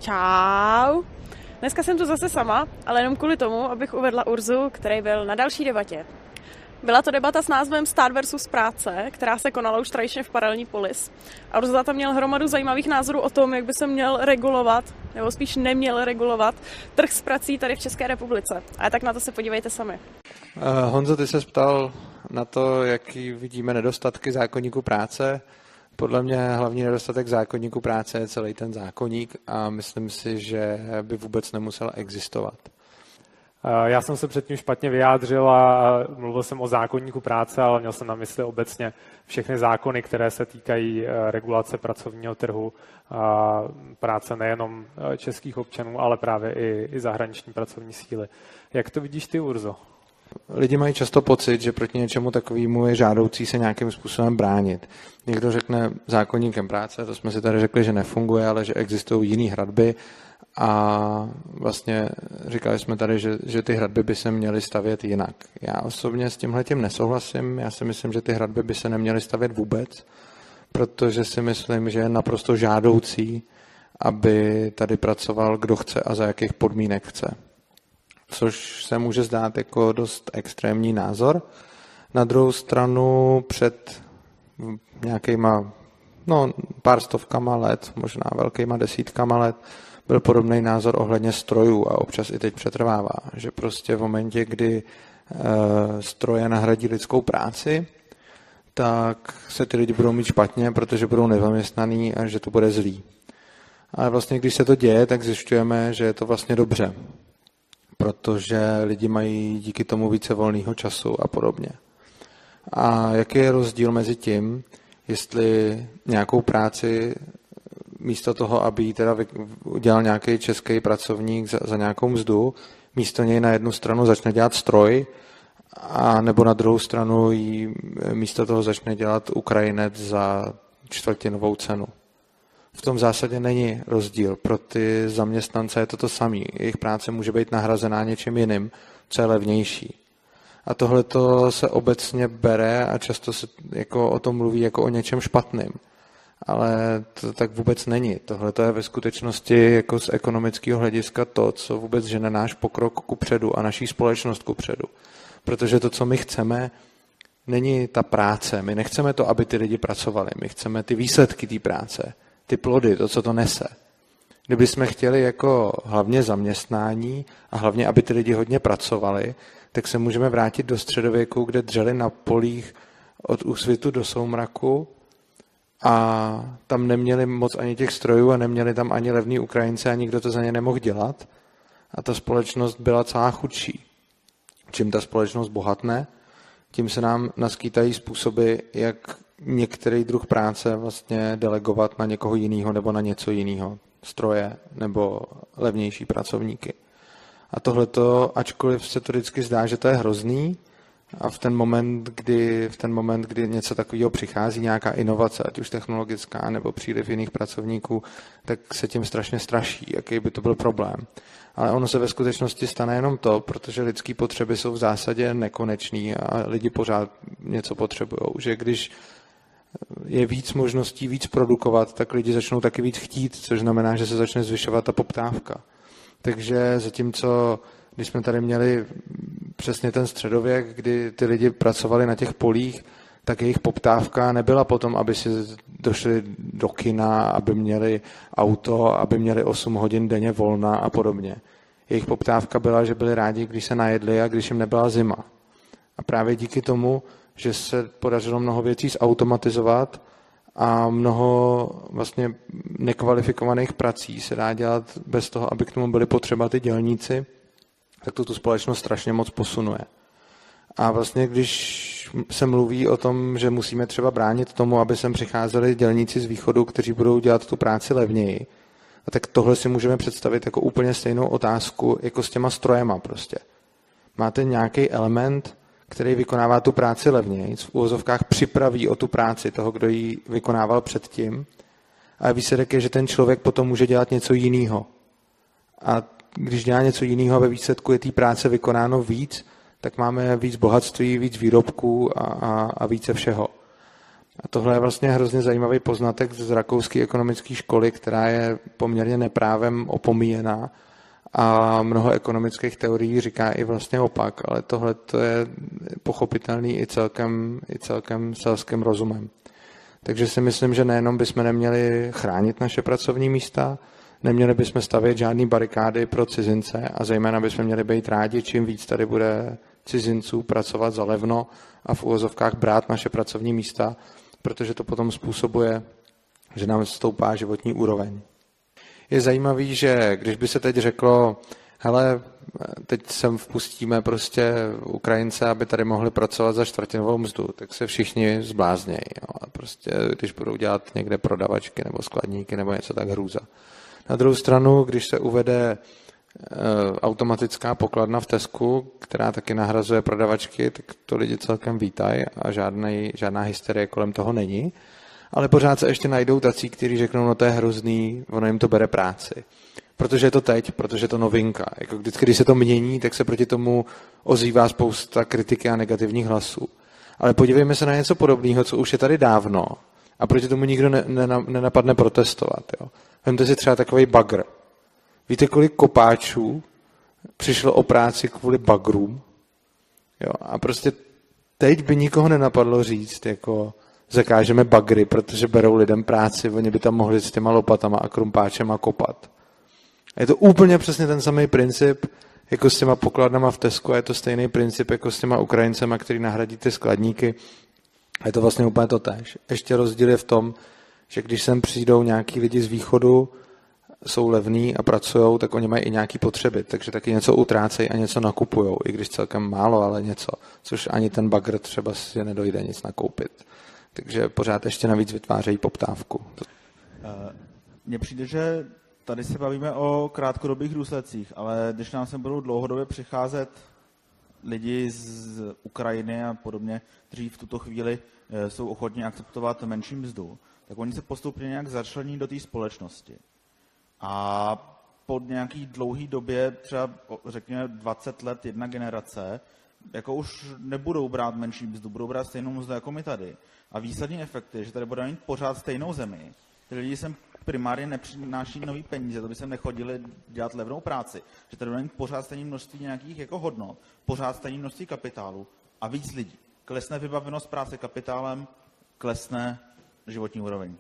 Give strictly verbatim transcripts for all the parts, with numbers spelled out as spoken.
Čau. Dneska jsem tu zase sama, ale jenom kvůli tomu, abych uvedla Urzu, který byl na další debatě. Byla to debata s názvem Stát versus práce, která se konala už tradičně v Paralelní polis. A Urza tam měl hromadu zajímavých názorů o tom, jak by se měl regulovat, nebo spíš neměl regulovat, trh s prací tady v České republice. A tak na to se podívejte sami. Uh, Honzo, ty se ptal na to, jaký vidíme nedostatky zákoníku práce. Podle mě hlavní nedostatek zákoníku práce je celý ten zákoník a myslím si, že by vůbec nemusel existovat. Já jsem se předtím špatně vyjádřil a mluvil jsem o zákoníku práce, ale měl jsem na mysli obecně všechny zákony, které se týkají regulace pracovního trhu, práce nejenom českých občanů, ale právě i, i zahraniční pracovní síly. Jak to vidíš ty, Urzo? Lidi mají často pocit, že proti něčemu takovému je žádoucí se nějakým způsobem bránit. Někdo řekne zákoníkem práce, to jsme si tady řekli, že nefunguje, ale že existují jiné hradby a vlastně říkali jsme tady, že, že ty hradby by se měly stavět jinak. Já osobně s tímhletím nesouhlasím, já si myslím, že ty hradby by se neměly stavět vůbec, protože si myslím, že je naprosto žádoucí, aby tady pracoval kdo chce a za jakých podmínek chce. Což se může zdát jako dost extrémní názor. Na druhou stranu před nějakýma, no, pár stovkama let, možná velkýma desítkama let, byl podobný názor ohledně strojů a občas i teď přetrvává, že prostě v momentě, kdy e, stroje nahradí lidskou práci, tak se ty lidi budou mít špatně, protože budou nezaměstnaný a že to bude zlý. Ale vlastně, když se to děje, tak zjišťujeme, že je to vlastně dobře, protože lidi mají díky tomu více volného času a podobně. A jaký je rozdíl mezi tím, jestli nějakou práci místo toho, aby ji teda udělal nějaký český pracovník za, za nějakou mzdu, místo něj na jednu stranu začne dělat stroj, a nebo na druhou stranu jí místo toho začne dělat Ukrajinec za čtvrtinovou cenu. V tom zásadě není rozdíl. Pro ty zaměstnance je to to samé. Jejich práce může být nahrazená něčím jiným, co je levnější. A tohle se obecně bere a často se jako o tom mluví jako o něčem špatným. Ale to tak vůbec není. Tohle je ve skutečnosti jako z ekonomického hlediska to, co vůbec žene náš pokrok kupředu a naší společnost kupředu. Protože to, co my chceme, není ta práce. My nechceme to, aby ty lidi pracovali. My chceme ty výsledky té práce, ty plody, to, co to nese. Kdybychom chtěli jako hlavně zaměstnání a hlavně, aby ty lidi hodně pracovali, tak se můžeme vrátit do středověku, kde dřeli na polích od úsvitu do soumraku a tam neměli moc ani těch strojů a neměli tam ani levní Ukrajince a nikdo to za ně nemohl dělat. A ta společnost byla celá chudší. Čím ta společnost bohatne, tím se nám naskýtají způsoby, jak některý druh práce vlastně delegovat na někoho jiného nebo na něco jiného, stroje nebo levnější pracovníky. A tohleto, ačkoliv se to vždycky zdá, že to je hrozný, a v ten moment, kdy, v ten moment, kdy něco takového přichází, nějaká inovace, ať už technologická nebo příliv jiných pracovníků, tak se tím strašně straší, jaký by to byl problém. Ale ono se ve skutečnosti stane jenom to, protože lidské potřeby jsou v zásadě nekonečný a lidi pořád něco potřebují. Že když je víc možností víc produkovat, tak lidi začnou taky víc chtít, což znamená, že se začne zvyšovat ta poptávka. Takže zatímco, když jsme tady měli přesně ten středověk, kdy ty lidi pracovali na těch polích, tak jejich poptávka nebyla potom, aby si došli do kina, aby měli auto, aby měli osm hodin denně volna a podobně. Jejich poptávka byla, že byli rádi, když se najedli a když jim nebyla zima. A právě díky tomu, že se podařilo mnoho věcí zautomatizovat a mnoho vlastně nekvalifikovaných prací se dá dělat bez toho, aby k tomu byly potřeba ty dělníci, tak to tu společnost strašně moc posunuje. A vlastně, když se mluví o tom, že musíme třeba bránit tomu, aby sem přicházeli dělníci z východu, kteří budou dělat tu práci levněji, tak tohle si můžeme představit jako úplně stejnou otázku, jako s těma strojema prostě. Máte nějaký element, který vykonává tu práci levněji, v uvozovkách připraví o tu práci toho, kdo ji vykonával předtím, a výsledek je, že ten člověk potom může dělat něco jiného. A když dělá něco jiného a ve výsledku je té práce vykonáno víc, tak máme víc bohatství, víc výrobků a, a, a více všeho. A tohle je vlastně hrozně zajímavý poznatek z rakouské ekonomické školy, která je poměrně neprávem opomíjená a mnoho ekonomických teorií říká i vlastně opak, ale tohle to je pochopitelný i celkem, i celkem selským rozumem. Takže si myslím, že nejenom bychom neměli chránit naše pracovní místa, neměli bychom stavět žádný barikády pro cizince a zejména bychom měli být rádi, čím víc tady bude cizinců pracovat za levno a v uvozovkách brát naše pracovní místa, protože to potom způsobuje, že nám stoupá životní úroveň. Je zajímavý, že když by se teď řeklo, hele, teď sem vpustíme prostě Ukrajince, aby tady mohli pracovat za čtvrtinovou mzdu, tak se všichni zbláznějí. A prostě, když budou dělat někde prodavačky nebo skladníky nebo něco tak hrůza. Na druhou stranu, když se uvede automatická pokladna v Tesku, která taky nahrazuje prodavačky, tak to lidi celkem vítají a žádnej, žádná hysterie kolem toho není. Ale pořád se ještě najdou tací, kteří řeknou, no to je hrozný, ono jim to bere práci. Protože je to teď, protože je to novinka. Jako vždycky, když se to mění, tak se proti tomu ozývá spousta kritiky a negativních hlasů. Ale podívejme se na něco podobného, co už je tady dávno a proti tomu nikdo ne, ne, nenapadne protestovat. Jo. Vemte si třeba takovej bagr. Víte, kolik kopáčů přišlo o práci kvůli bagrům? Jo, a prostě teď by nikoho nenapadlo říct, jako zakážeme bagry, protože berou lidem práci, oni by tam mohli s těma lopatama a krumpáčema kopat. A je to úplně přesně ten samý princip, jako s těma pokladnama v Tesku, a je to stejný princip jako s těma Ukrajincema, který nahradí ty skladníky. A je to vlastně úplně to též. Ještě rozdíl je v tom, že když sem přijdou nějaký lidi z východu, jsou levní a pracujou, tak oni mají i nějaký potřeby, takže taky něco utrácejí a něco nakupujou, i když celkem málo, ale něco, což ani ten bagr třeba si nedojde nic nakoupit. Takže pořád ještě navíc vytvářejí poptávku. Mně přijde, že tady se bavíme o krátkodobých důsledcích, ale když nám sem budou dlouhodobě přicházet lidi z Ukrajiny a podobně, kteří v tuto chvíli jsou ochotní akceptovat menší mzdu, tak oni se postupně nějak začlení do té společnosti. A po nějaký dlouhý době, třeba řekněme dvacet let, jedna generace, jako už nebudou brát menší mzdu, budou brát stejnou mzdu jako my tady. A výsledný efekt je, že tady budeme mít pořád stejnou zemi. Ty lidi sem primárně nepřináší nový peníze, to by sem nechodili dělat levnou práci. Že tady budeme mít pořád stejné množství nějakých jako hodnot, pořád stejné množství kapitálu a víc lidí. Klesne vybavenost práce kapitálem, klesne životní úroveň.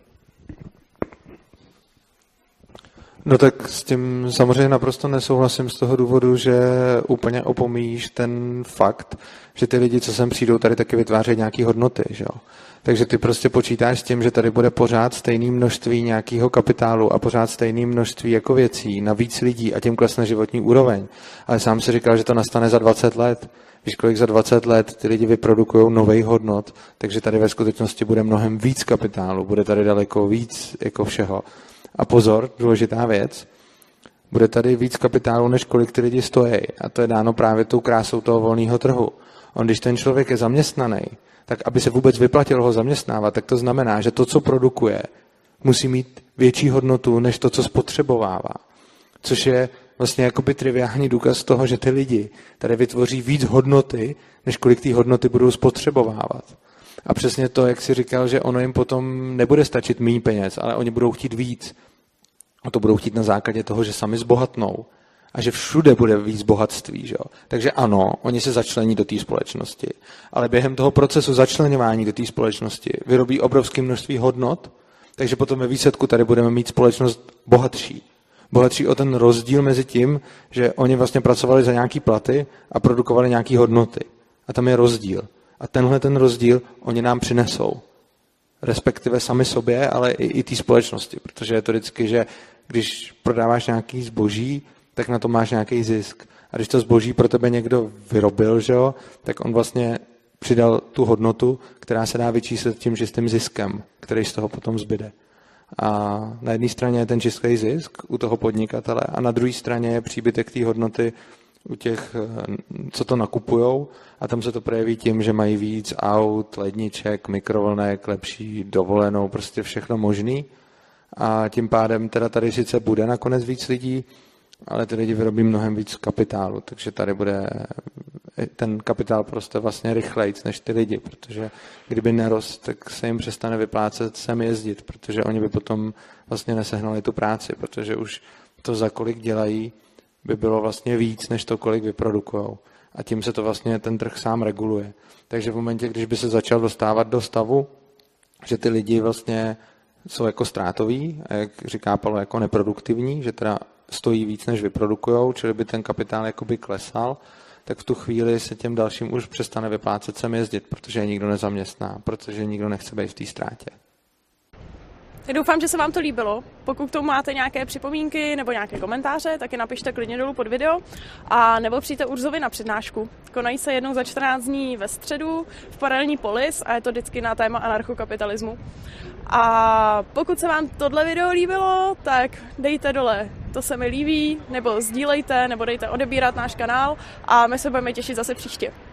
No tak s tím samozřejmě naprosto nesouhlasím z toho důvodu, že úplně opomíjíš ten fakt, že ty lidi, co sem přijdou, tady taky vytvářejí nějaké hodnoty, že jo. Takže ty prostě počítáš s tím, že tady bude pořád stejné množství nějakého kapitálu a pořád stejné množství jako věcí na víc lidí a tím klesne životní úroveň. Ale sám si říkal, že to nastane za dvacet let. Víš, kolik za dvacet let ty lidi vyprodukují nových hodnot, takže tady ve skutečnosti bude mnohem víc kapitálu, bude tady daleko víc jako všeho. A pozor, důležitá věc, bude tady víc kapitálu, než kolik ty lidi stojí. A to je dáno právě tou krásou toho volného trhu. On, když ten člověk je zaměstnaný, tak aby se vůbec vyplatilo ho zaměstnávat, tak to znamená, že to, co produkuje, musí mít větší hodnotu, než to, co spotřebovává. Což je vlastně jakoby triviální důkaz toho, že ty lidi tady vytvoří víc hodnoty, než kolik ty hodnoty budou spotřebovávat. A přesně to, jak jsi říkal, že ono jim potom nebude stačit méně peněz, ale oni budou chtít víc. A to budou chtít na základě toho, že sami zbohatnou. A že všude bude víc bohatství. Že jo? Takže ano, oni se začlení do té společnosti. Ale během toho procesu začleňování do té společnosti vyrobí obrovské množství hodnot, takže potom ve výsledku tady budeme mít společnost bohatší. Bohatší o ten rozdíl mezi tím, že oni vlastně pracovali za nějaký platy a produkovali nějaké hodnoty. A tam je rozdíl. A tenhle ten rozdíl oni nám přinesou. Respektive sami sobě, ale i, i té společnosti. Protože je to vždycky, že když prodáváš nějaký zboží, tak na to máš nějaký zisk. A když to zboží pro tebe někdo vyrobil, že jo, tak on vlastně přidal tu hodnotu, která se dá vyčíslit tím čistým ziskem, který z toho potom zbyde. A na jedné straně je ten čistý zisk u toho podnikatele a na druhé straně je příbytek té hodnoty u těch, co to nakupujou, a tam se to projeví tím, že mají víc aut, ledniček, mikrovlnek, lepší dovolenou, prostě všechno možný. A tím pádem teda tady sice bude nakonec víc lidí, ale ty lidi vyrobí mnohem víc kapitálu, takže tady bude ten kapitál prostě vlastně rychlejc než ty lidi, protože kdyby nerost, tak se jim přestane vyplácet sem jezdit, protože oni by potom vlastně nesehnali tu práci, protože už to, za kolik dělají, by bylo vlastně víc, než to, kolik vyprodukujou. A tím se to vlastně ten trh sám reguluje. Takže v momentě, když by se začal dostávat do stavu, že ty lidi vlastně jsou jako ztrátoví, a jak říká Pavel, jako neproduktivní, že teda stojí víc, než vyprodukujou, čili by ten kapitál jakoby klesal, tak v tu chvíli se těm dalším už přestane vyplácet sem jezdit, protože je nikdo nezaměstná, protože nikdo nechce být v té ztrátě. Doufám, že se vám to líbilo. Pokud k tomu máte nějaké připomínky nebo nějaké komentáře, tak je napište klidně dolů pod video a nebo přijďte Urzovi na přednášku. Konají se jednou za čtrnáct dní ve středu v Paralelní polis a je to vždycky na téma anarchokapitalismu. A pokud se vám tohle video líbilo, tak dejte dole to se mi líbí, nebo sdílejte, nebo dejte odebírat náš kanál a my se budeme těšit zase příště.